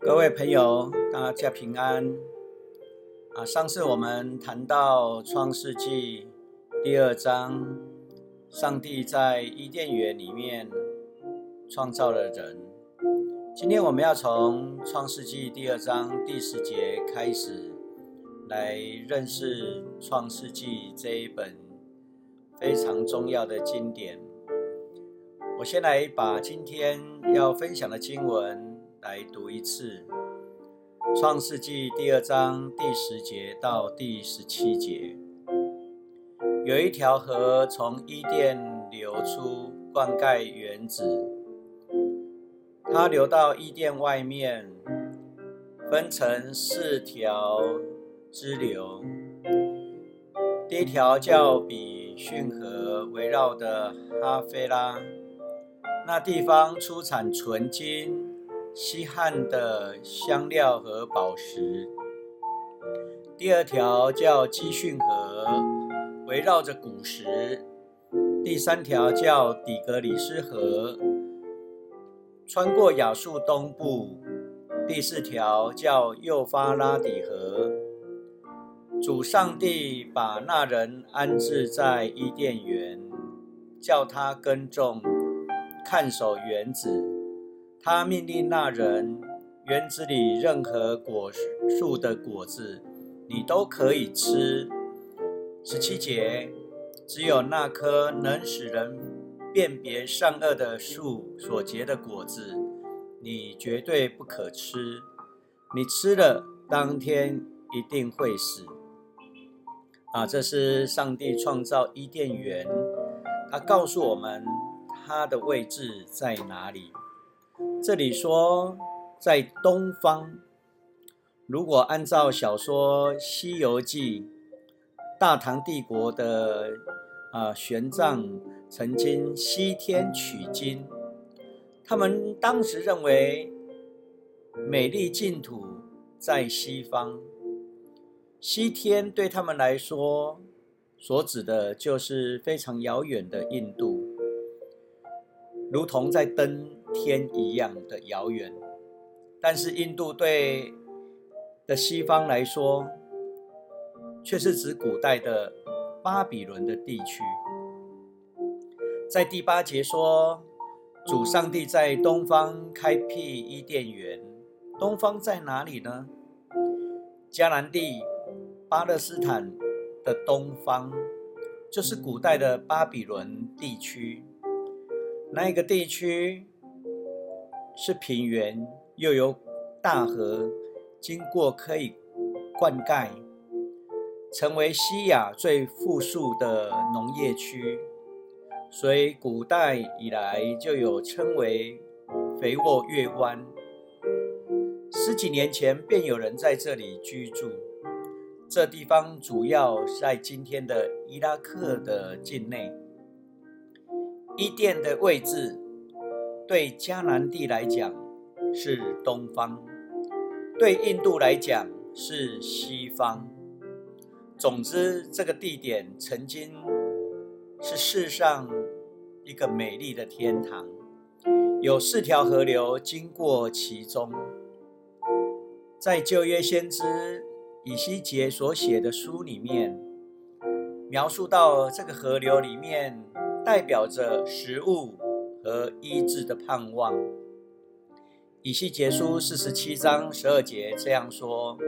各位朋友，大家平安上次我们谈到创世纪第2章，上帝在伊甸园里面创造了人。今天我们要从创世纪第2章第10节开始，来认识创世纪这一本非常重要的经典。我先来把今天要分享的经文来读一次，创世纪第2章第10节到第17节。有一条河从伊甸流出，灌溉园子，它流到伊甸外面，分成4条支流。第一条叫比逊河，围绕的哈菲拉，那地方出产纯金、稀罕的香料和宝石。第二条叫基训河，围绕着古石。第3条叫底格里斯河，穿过亚述东部。第4条叫幼发拉底河。主上帝把那人安置在伊甸园，叫他耕种，看守园子。他命令那人，园子里任何果树的果子你都可以吃。17节，只有那棵能使人辨别善恶的树所结的果子你绝对不可吃，你吃了当天一定会死。这是上帝创造伊甸园，他告诉我们他的位置在哪里。这里说在东方，如果按照小说《西游记》，大唐帝国的玄奘曾经西天取经，他们当时认为美丽净土在西方，西天对他们来说所指的就是非常遥远的印度，如同在登天一样的遥远。但是印度对的西方来说，却是指古代的巴比伦的地区。在第8节说，主上帝在东方开辟伊甸园。东方在哪里呢？迦南地、巴勒斯坦的东方，就是古代的巴比伦地区。那一个地区是平原，又有大河经过，可以灌溉，成为西亚最富庶的农业区，所以古代以来就有称为肥沃月湾。10几年前便有人在这里居住。这地方主要在今天的伊拉克的境内。伊甸的位置对迦南地来讲是东方，对印度来讲是西方。总之，这个地点曾经是世上一个美丽的天堂，有4条河流经过其中。在旧约先知以西结所写的书里面，描述到这个河流里面代表着食物和医治的盼望。以西结书47章12节这样说：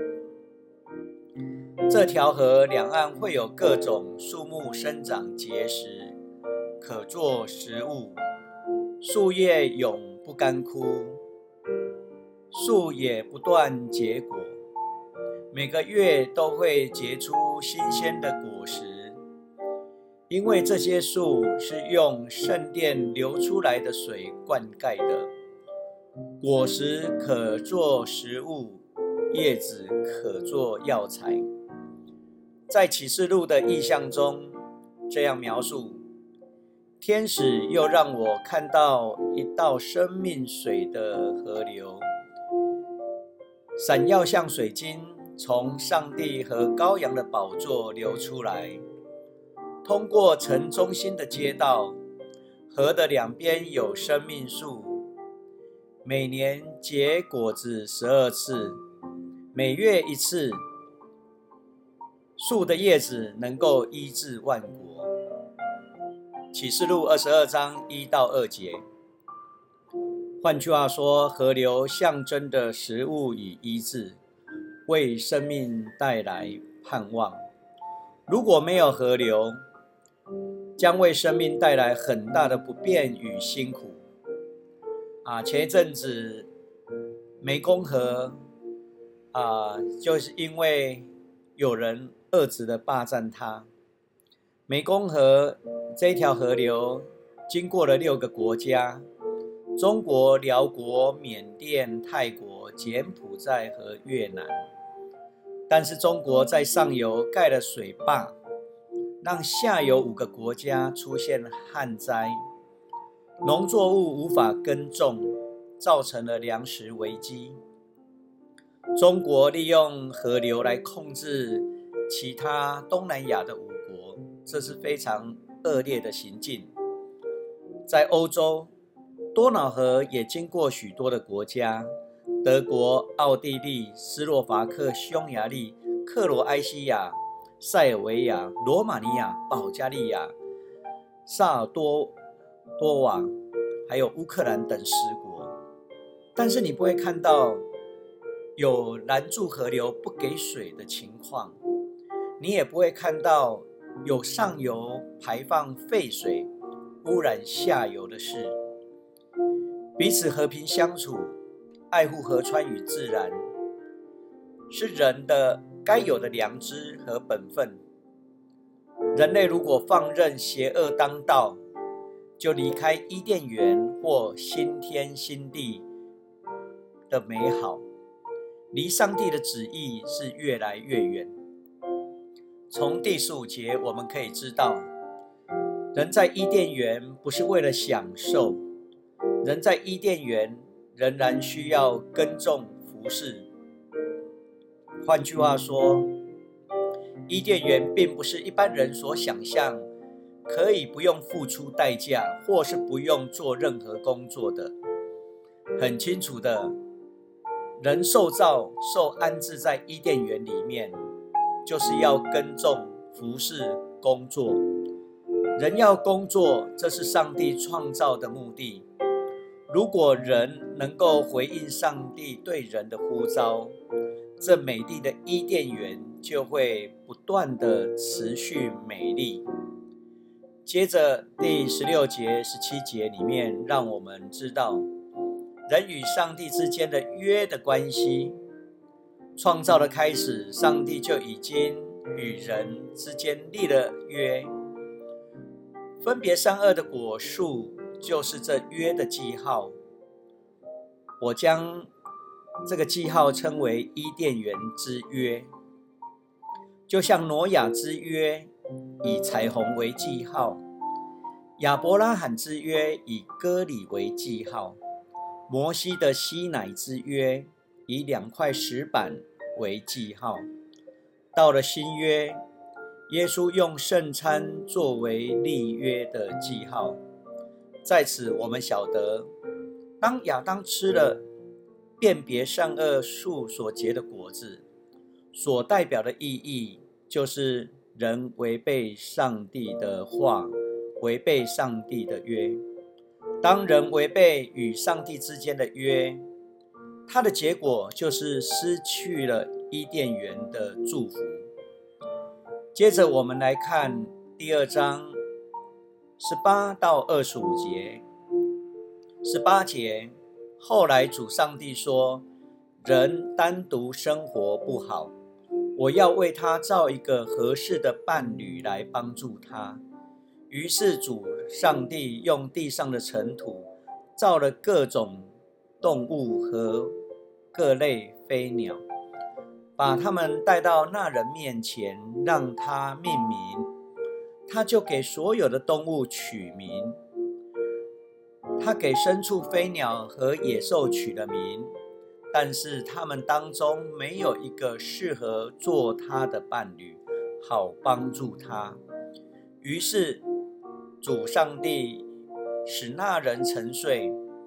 这条河两岸会有各种树木生长结实，可作食物，树叶永不干枯，树也不断结果，每个月都会结出新鲜的果实，因为这些树是用圣殿流出来的水灌溉的，果实可做食物，叶子可做药材。在启示录的意象中这样描述：天使又让我看到一道生命水的河流，闪耀像水晶，从上帝和羔羊的宝座流出来，通过城中心的街道。河的两边有生命树， 每年结果子12次，每月1次。树的叶子能够医治万国。启示录22章1到2节。换句话说，河流象征的食物与医治，为生命带来盼望。如果没有河流，将为生命带来很大的不便与辛苦。前一阵子湄公河就是因为有人恶质的霸占它。湄公河这条河流经过了6个国家：中国、辽国、缅甸、泰国、柬埔寨和越南。但是中国在上游盖了水坝，让下游5个国家出现旱灾，农作物无法耕种，造成了粮食危机。中国利用河流来控制其他东南亚的5国，这是非常恶劣的行径。在欧洲，多瑙河也经过许多的国家：德国、奥地利、斯洛伐克、匈牙利、克罗埃西亚、塞尔维亚、罗马尼亚、保加利亚、萨尔多瓦，还有乌克兰等10国。但是你不会看到有拦住河流不给水的情况，你也不会看到有上游排放废水污染下游的事。彼此和平相处，爱护河川与自然，是人的该有的良知和本分。人类如果放任邪恶当道，就离开伊甸园或新天新地的美好，离上帝的旨意是越来越远。从第15节我们可以知道，人在伊甸园不是为了享受，人在伊甸园仍然需要耕种服事。换句话说，伊甸园并不是一般人所想象可以不用付出代价，或是不用做任何工作的。很清楚的，人受造受安置在伊甸园里面，就是要耕种服事工作。人要工作，这是上帝创造的目的。如果人能够回应上帝对人的呼召，这美丽的伊甸园就会不断的持续美丽。接着第16节、17节里面，让我们知道人与上帝之间的约的关系。创造的开始，上帝就已经与人之间立了约。分别善恶的果树就是这约的记号。我将这个记号称为伊甸园之约，就像挪亚之约以彩虹为记号，亚伯拉罕之约以割礼为记号，摩西的西乃之约以2块石板为记号。到了新约，耶稣用圣餐作为立约的记号。在此我们晓得，当亚当吃了辨别善恶树所结的果子，所代表的意义就是人违背上帝的话，违背上帝的约。当人违背与上帝之间的约，它的结果就是失去了伊甸园的祝福。接着我们来看第2章18到25节。18节，后来主上帝说，人单独生活不好，我要为他造一个合适的伴侣来帮助他。于是主上帝用地上的尘土造了各种动物和各类飞鸟，把他们带到那人面前，让他命名。他就给所有的动物取名。他给牲畜、飞鸟和野兽取了名，但是他们当中没有一个适合做他的伴侣，好帮助他。于是主上帝使那人沉睡，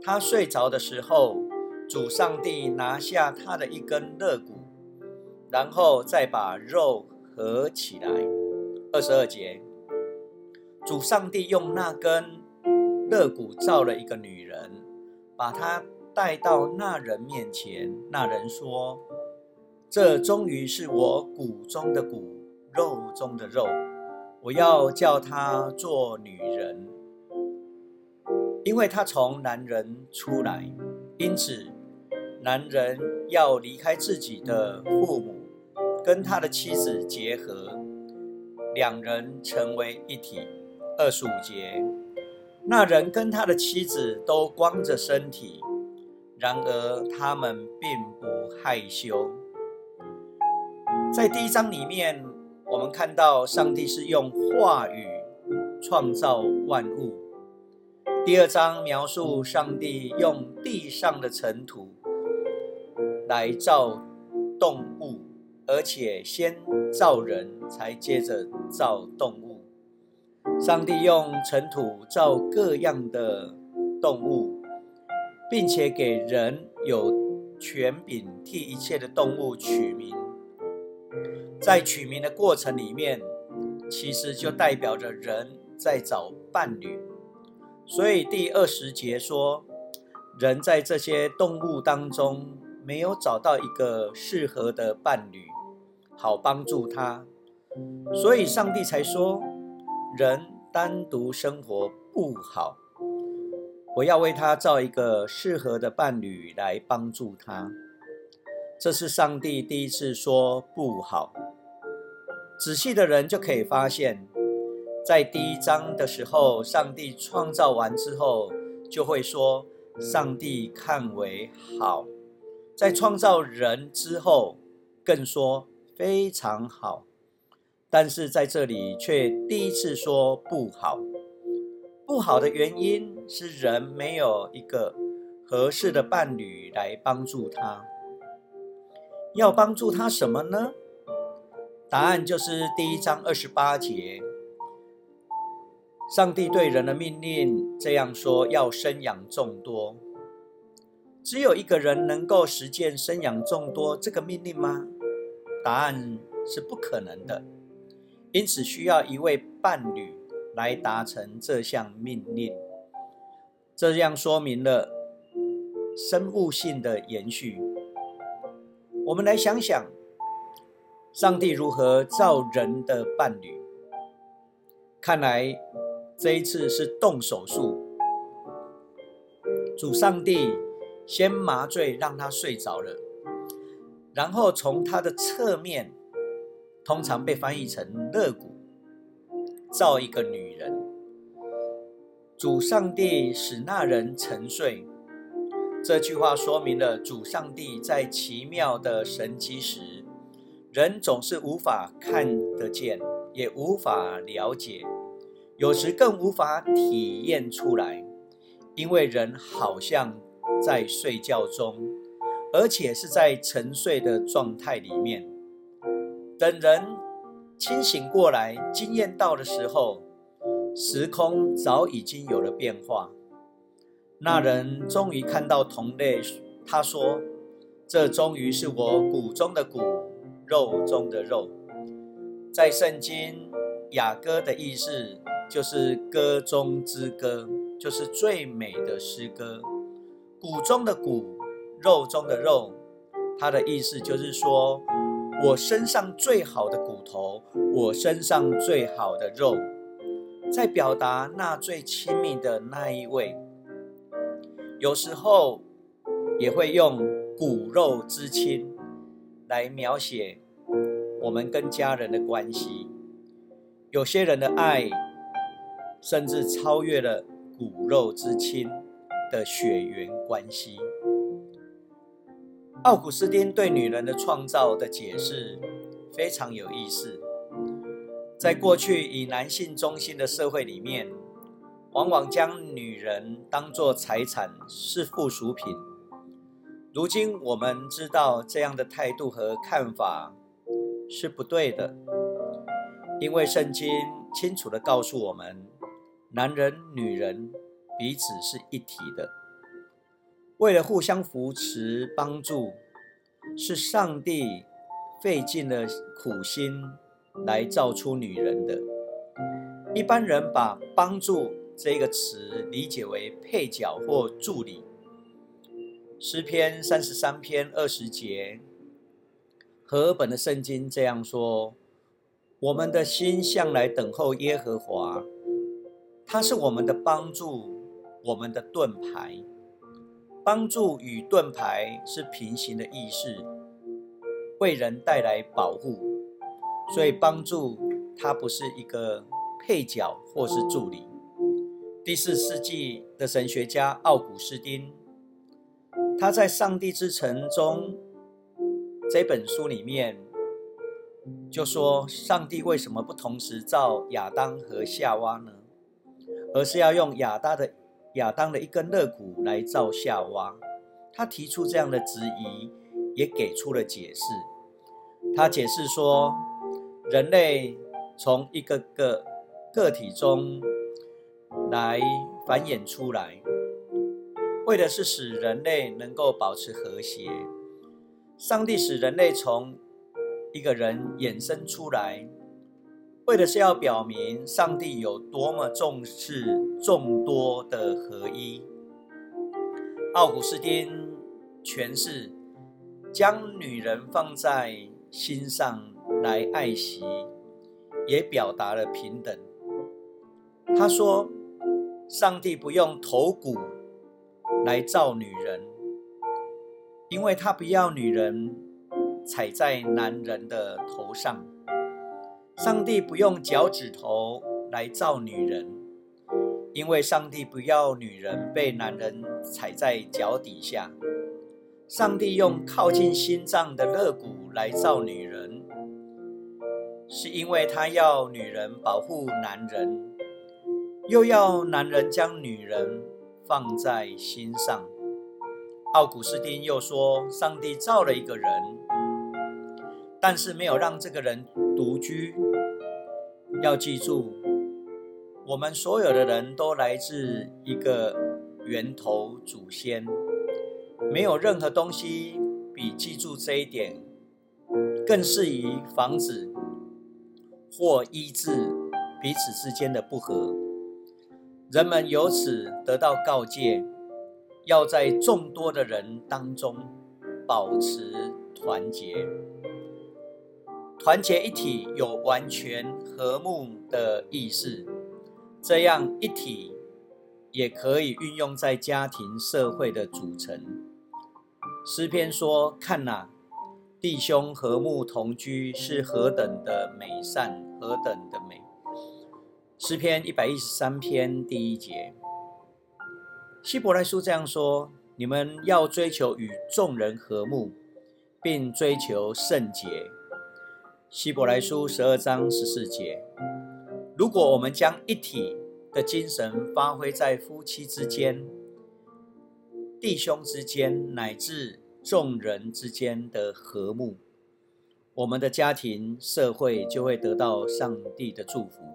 他睡着的时候，主上帝拿下他的一根肋骨，然后再把肉合起来。22节，主上帝用那根肋骨造了一个女人，把她带到那人面前。那人说：这终于是我骨中的骨，肉中的肉，我要叫她做女人，因为她从男人出来。因此男人要离开自己的父母，跟他的妻子结合，两人成为一体。25节，那人跟他的妻子都光着身体，然而他们并不害羞。在第1章里面，我们看到上帝是用话语创造万物。第2章描述上帝用地上的尘土来造动物，而且先造人，才接着造动物。上帝用尘土造各样的动物，并且给人有权柄替一切的动物取名。在取名的过程里面，其实就代表着人在找伴侣。所以第20节说，人在这些动物当中没有找到一个适合的伴侣，好帮助他，所以上帝才说，人单独生活不好，我要为他造一个适合的伴侣来帮助他。这是上帝第一次说不好。仔细的人就可以发现，在第1章的时候，上帝创造完之后就会说上帝看为好，在创造人之后更说非常好，但是在这里却第一次说不好。不好的原因是人没有一个合适的伴侣来帮助他。要帮助他什么呢？答案就是第1章28节，上帝对人的命令这样说，要生养众多。只有一个人能够实践生养众多这个命令吗？答案是不可能的，因此需要一位伴侣来达成这项命令。这样说明了生物性的延续。我们来想想，上帝如何造人的伴侣？看来这一次是动手术。主上帝先麻醉让他睡着了，然后从他的侧面，通常被翻译成肋骨，造一个女人。主上帝使那人沉睡。这句话说明了主上帝在奇妙的神迹时，人总是无法看得见，也无法了解，有时更无法体验出来，因为人好像在睡觉中，而且是在沉睡的状态里面。等人清醒过来，经验到的时候，时空早已经有了变化。那人终于看到同类，他说：这终于是我骨中的骨，肉中的肉。在圣经，雅歌的意思就是歌中之歌，就是最美的诗歌。骨中的骨，肉中的肉，它的意思就是说，我身上最好的骨头，我身上最好的肉，在表达那最亲密的那一位。有时候也会用骨肉之亲来描写我们跟家人的关系。有些人的爱甚至超越了骨肉之亲的血缘关系。奥古斯丁对女人的创造的解释非常有意思。在过去以男性中心的社会里面，往往将女人当作财产，是附属品。如今我们知道这样的态度和看法是不对的，因为圣经清楚地告诉我们，男人女人彼此是一体的。 为了互相扶持帮助，是上帝费尽了苦心来造出女人的。一般人把帮助这个词理解为配角或助理。诗篇33篇20节，和合本的圣经这样说：我们的心向来等候耶和华，他是我们的帮助，我们的盾牌。帮助与盾牌是平行的意思，为人带来保护，所以帮助它不是一个配角或是助理。第4世纪的神学家奥古斯丁，他在《上帝之城》中这本书里面就说，上帝为什么不同时造亚当和夏娃呢？而是要用亚当的一根肋骨来造夏娃。他提出这样的质疑，也给出了解释。他解释说，人类从一个个体中来繁衍出来，为的是使人类能够保持和谐。上帝使人类从一个人衍生出来，为的是要表明上帝有多么重视众多的合一。奥古斯丁诠释，将女人放在心上来爱惜，也表达了平等。他说，上帝不用头骨来造女人，因为他不要女人踩在男人的头上。上帝不用脚趾头来造女人，因为上帝不要女人被男人踩在脚底下。上帝用靠近心脏的肋骨来造女人，是因为他要女人保护男人，又要男人将女人放在心上。奥古斯丁又说，上帝造了一个人，但是没有让这个人独居。要记住，我们所有的人都来自一个源头祖先，没有任何东西比记住这一点更适宜防止或医治彼此之间的不和。人们由此得到告诫，要在众多的人当中保持团结。团结一体有完全和睦的意思，这样一体也可以运用在家庭社会的组成。诗篇说，看哪，弟兄和睦同居是何等的美善，何等的美。诗篇113篇第1节。希伯来书这样说，你们要追求与众人和睦，并追求圣洁。希伯来书12章14节。如果我们将一体的精神发挥在夫妻之间、弟兄之间乃至众人之间的和睦，我们的家庭社会就会得到上帝的祝福。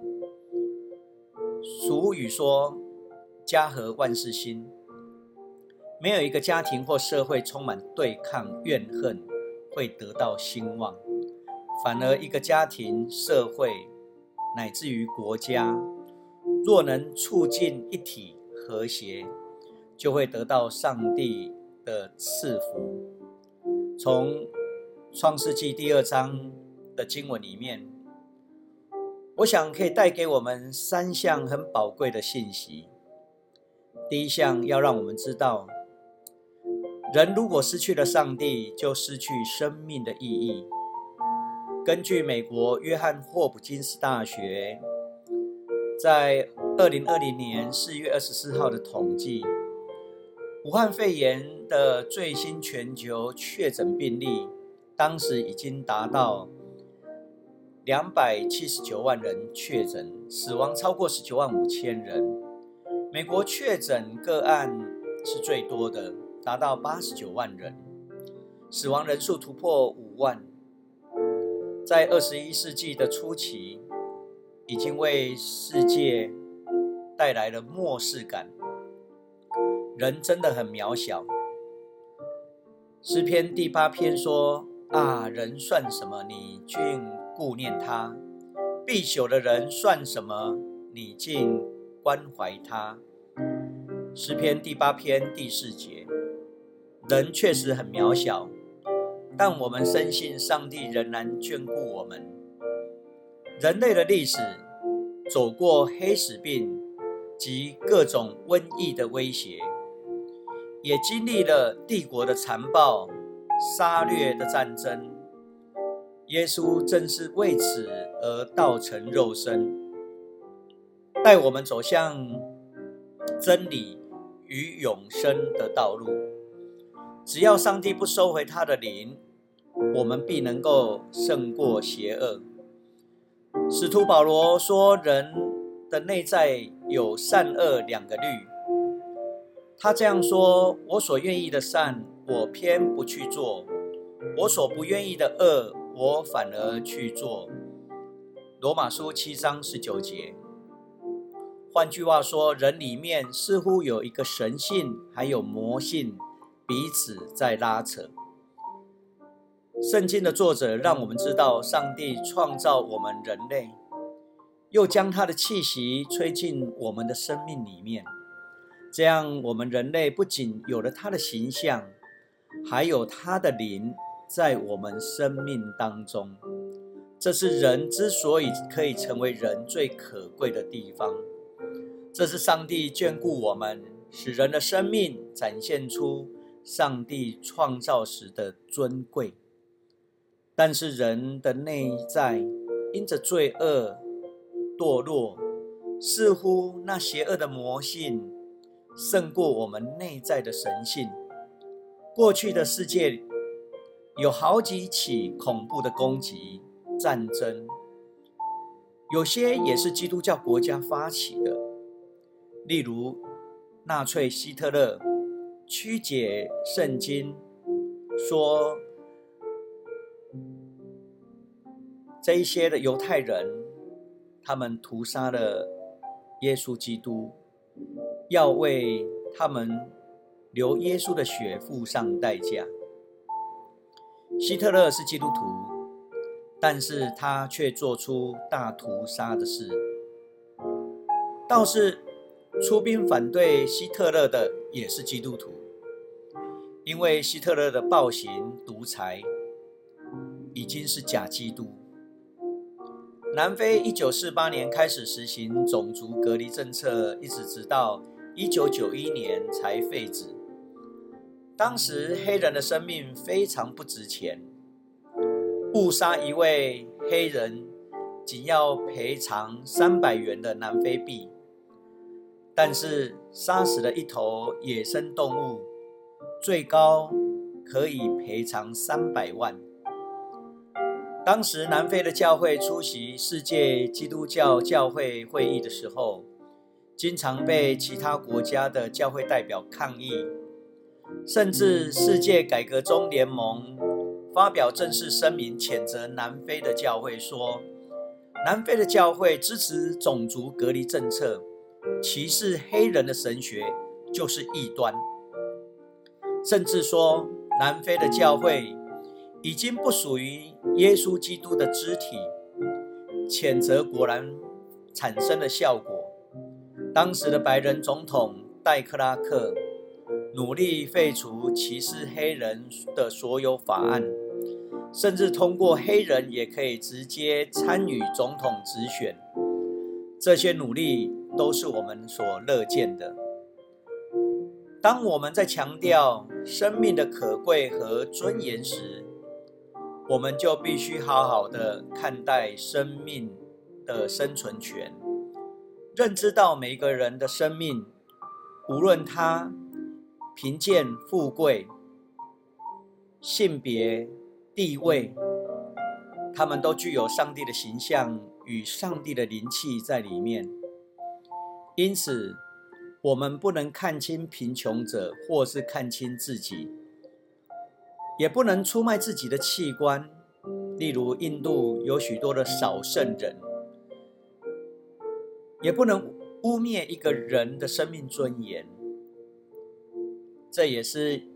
俗语说，家和万事兴。没有一个家庭或社会充满对抗、怨恨会得到兴旺，反而一个家庭、社会乃至于国家，若能促进一体和谐，就会得到上帝的赐福。从创世纪第2章的经文里面，我想可以带给我们3项很宝贵的信息。第一项要让我们知道，人如果失去了上帝，就失去生命的意义。根据美国约翰霍普金斯大学在2020年4月24号的统计，武汉肺炎的最新全球确诊病例，当时已经达到279万人确诊，死亡超过19万5千人。美国确诊个案是最多的，达到89万人，死亡人数突破5万。在21世纪的初期，已经为世界带来了漠视感。人真的很渺小， 诗篇第8篇说：人算什么，你竟顾念他；必朽的人算什么，你竟关怀他。诗篇第8篇第4节。人确实很渺小，但我们深信上帝仍然眷顾我们。人类的历史走过黑死病及各种瘟疫的威胁，也经历了帝国的残暴、杀掠的战争。耶稣正是为此而道成肉身，带我们走向真理与永生的道路。只要上帝不收回他的灵，我们必能够胜过邪恶。使徒保罗说，人的内在有善恶2个律。他这样说：我所愿意的善，我偏不去做；我所不愿意的恶，我反而去做。罗马书7章19节。换句话说，人里面似乎有一个神性还有魔性彼此在拉扯。圣经的作者让我们知道，上帝创造我们人类，又将他的气息吹进我们的生命里面，这样我们人类不仅有了他的形象，还有他的灵在我们生命当中。这是人之所以可以成为人最可贵的地方。这是上帝眷顾我们，使人的生命展现出上帝创造时的尊贵。但是人的内在因着罪恶堕落，似乎那邪恶的魔性胜过我们内在的神性。过去的世界有好几起恐怖的攻击、战争，有些也是基督教国家发起的。例如纳粹希特勒曲解圣经，说这一些的犹太人，他们屠杀了耶稣基督，要为他们流耶稣的血付上代价。希特勒是基督徒，但是他却做出大屠杀的事。倒是出兵反对希特勒的也是基督徒，因为希特勒的暴行独裁已经是假基督。南非1948年开始实行种族隔离政策，一直到1991年才废止。当时黑人的生命非常不值钱，误杀一位黑人仅要赔偿300元的南非币，但是杀死了一头野生动物，最高可以赔偿300万。当时南非的教会出席世界基督教教会会议的时候，经常被其他国家的教会代表抗议，甚至世界改革中联盟发表正式声明谴责南非的教会，说南非的教会支持种族隔离政策，歧视黑人的神学就是异端，甚至说南非的教会已经不属于耶稣基督的肢体。谴责果然产生了效果。当时的白人总统戴克拉克努力废除歧视黑人的所有法案，甚至通过黑人也可以直接参与总统直选。这些努力都是我们所乐见的。当我们在强调生命的可贵和尊严时，我们就必须好好的看待生命的生存权，认知到每一个人的生命，无论他贫贱富贵、性别、地位，他们都具有上帝的形象与上帝的灵气在里面。因此，我们不能看轻贫穷者，或是看轻自己，也不能出卖自己的器官。例如印度有许多的少圣人，也不能污蔑一个人的生命尊严。这也是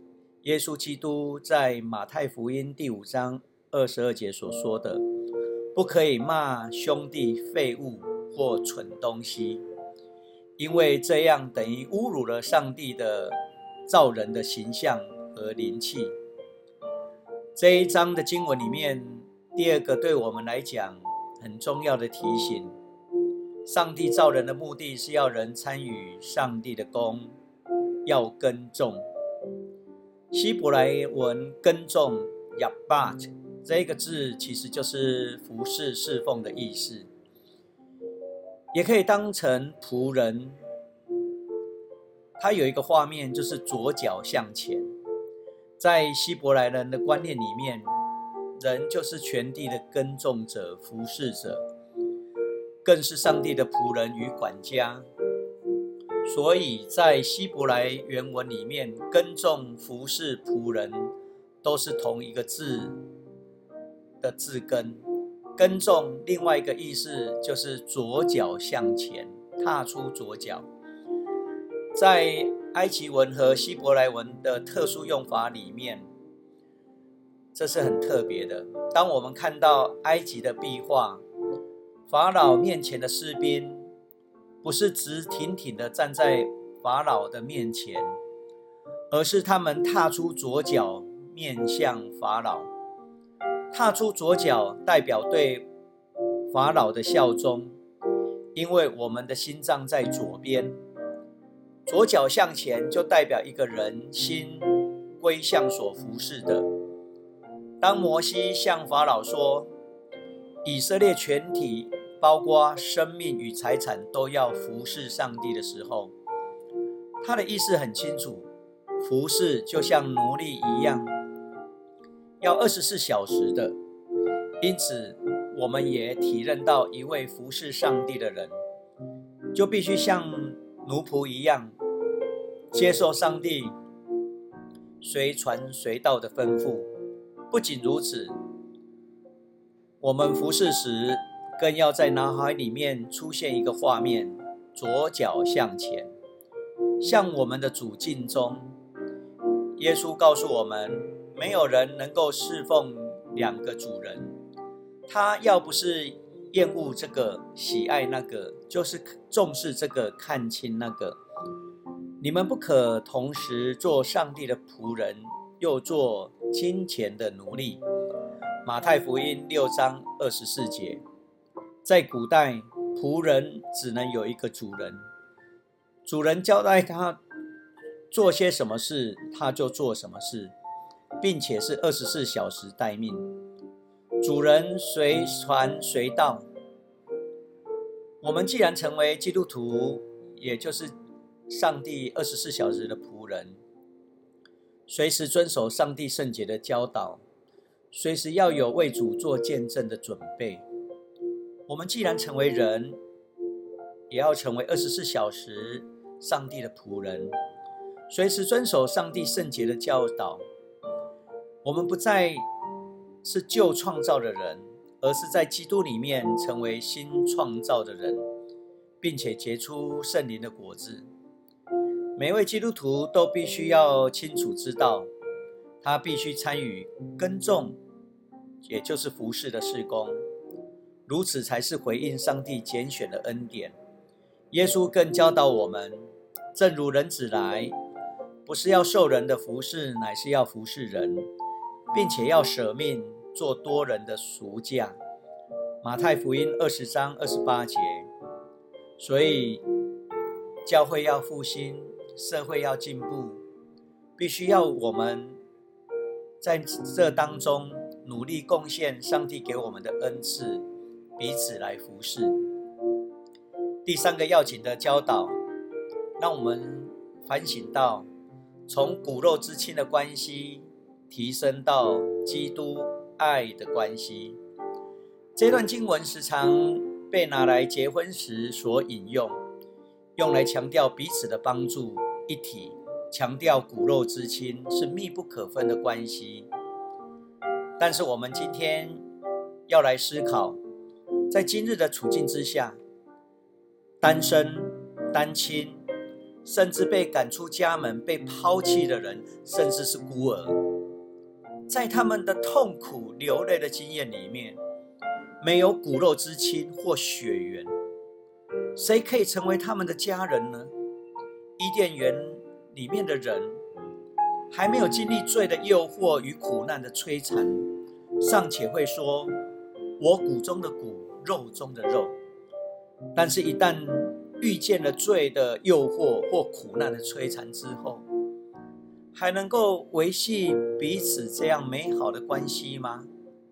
耶稣基督在马太福音第5章22节所说的，不可以骂兄弟废物或蠢东西，因为这样等于侮辱了上帝的造人的形象和灵气。这一章的经文里面，第二个对我们来讲很重要的提醒，上帝造人的目的是要人参与上帝的工，要耕种。希伯来文耕种 yabat 这个字其实就是服侍侍奉的意思，也可以当成仆人。它有一个画面，就是左脚向前。在希伯来人的观念里面，人就是全地的耕种者、服侍者，更是上帝的仆人与管家。所以在希伯来原文里面，耕种、服侍、仆人都是同一个字的字根。耕种另外一个意思就是左脚向前，踏出左脚。在埃及文和希伯来文的特殊用法里面，这是很特别的。当我们看到埃及的壁画，法老面前的士兵不是直挺挺的站在法老的面前，而是他们踏出左脚面向法老。踏出左脚代表对法老的效忠，因为我们的心脏在左边。左脚向前就代表一个人心归向所服侍的。当摩西向法老说，以色列全体包括生命与财产都要服侍上帝的时候，他的意思很清楚，服侍就像奴隶一样，要24小时的。因此我们也体认到，一位服侍上帝的人就必须像奴仆一样，接受上帝随传随到的吩咐。不仅如此，我们服侍时更要在脑海里面出现一个画面，左脚向前，向我们的主敬中。耶稣告诉我们，没有人能够侍奉2个主人，他要不是厌恶这个喜爱那个，就是重视这个看轻那个。你们不可同时做上帝的仆人，又做金钱的奴隶。马太福音6章24节。在古代，仆人只能有一个主人，主人交代他做些什么事，他就做什么事，并且是24小时待命。主人随传随到。我们既然成为基督徒，也就是上帝24小时的仆人，随时遵守上帝圣洁的教导，随时要有为主做见证的准备。我们既然成为人，也要成为24小时上帝的仆人，随时遵守上帝圣洁的教导。我们不再是旧创造的人，而是在基督里面成为新创造的人，并且结出圣灵的果子。每位基督徒都必须要清楚知道，他必须参与耕种，也就是服事的事工，如此才是回应上帝拣选的恩典。耶稣更教导我们，正如人子来，不是要受人的服事，乃是要服事人，并且要舍命做多人的赎价。马太福音20章28节。所以教会要复兴，社会要进步，必须要我们在这当中努力贡献上帝给我们的恩赐，彼此来服侍。第3个要紧的教导，让我们反省到从骨肉之亲的关系提升到基督爱的关系。这段经文时常被拿来结婚时所引用，用来强调彼此的帮助，一体，强调骨肉之亲是密不可分的关系。但是我们今天要来思考，在今日的处境之下，单身、单亲甚至被赶出家门、被抛弃的人，甚至是孤儿，在他们的痛苦流泪的经验里面，没有骨肉之亲或血缘，谁可以成为他们的家人呢？伊甸园里面的人还没有经历罪的诱惑与苦难的摧残，尚且会说我骨中的骨，肉中的肉。但是一旦遇见了罪的诱惑或苦难的摧残之后，还能够维系彼此这样美好的关系吗？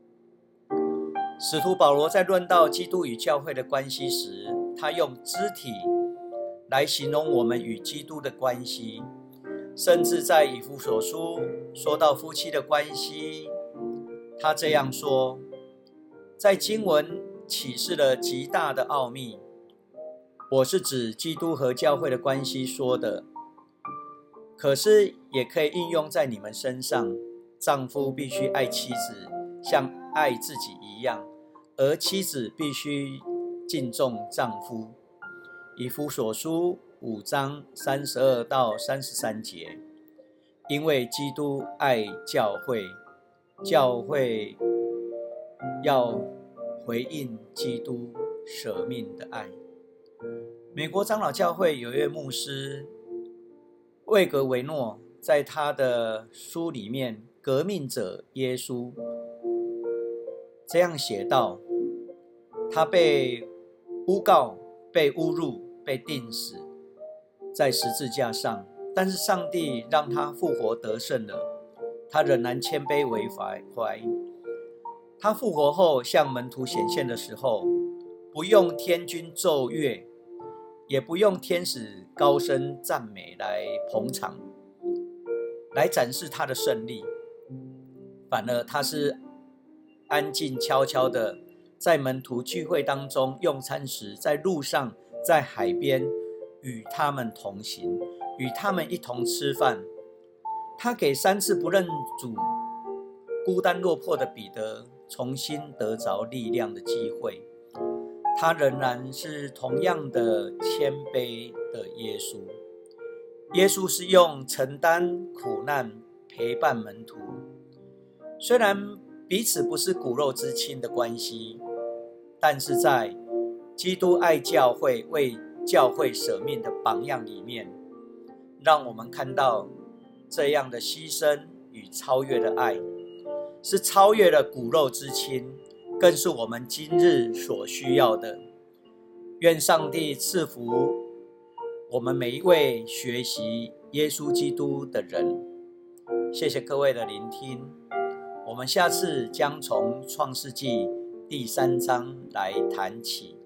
使徒保罗在论到基督与教会的关系时，他用肢体来形容我们与基督的关系，甚至在以弗所书说到夫妻的关系，他这样说：在经文启示了极大的奥秘，我是指基督和教会的关系说的，可是也可以应用在你们身上。丈夫必须爱妻子，像爱自己一样，而妻子必须敬重丈夫。以弗所书5章32到33节。因为基督爱教会，教会要回应基督舍命的爱。美国长老教会有一位牧师魏格维诺，在他的书里面《革命者耶稣》这样写道：他被诬告、被侮辱、被钉死在十字架上，但是上帝让他复活得胜了，他仍然谦卑为怀。他复活后向门徒显现的时候，不用天军奏乐，也不用天使高声赞美来捧场，来展示他的胜利，反而他是安静悄悄的在门徒聚会当中用餐时，在路上，在海边与他们同行，与他们一同吃饭。他给3次不认主、孤单落魄的彼得重新得着力量的机会。他仍然是同样的谦卑的耶稣。耶稣是用承担苦难陪伴门徒，虽然彼此不是骨肉之亲的关系，但是在基督爱教会、为教会舍命的榜样里面，让我们看到这样的牺牲与超越的爱，是超越了骨肉之亲，更是我们今日所需要的。愿上帝赐福我们每一位学习耶稣基督的人。谢谢各位的聆听，我们下次将从创世纪第3章来谈起。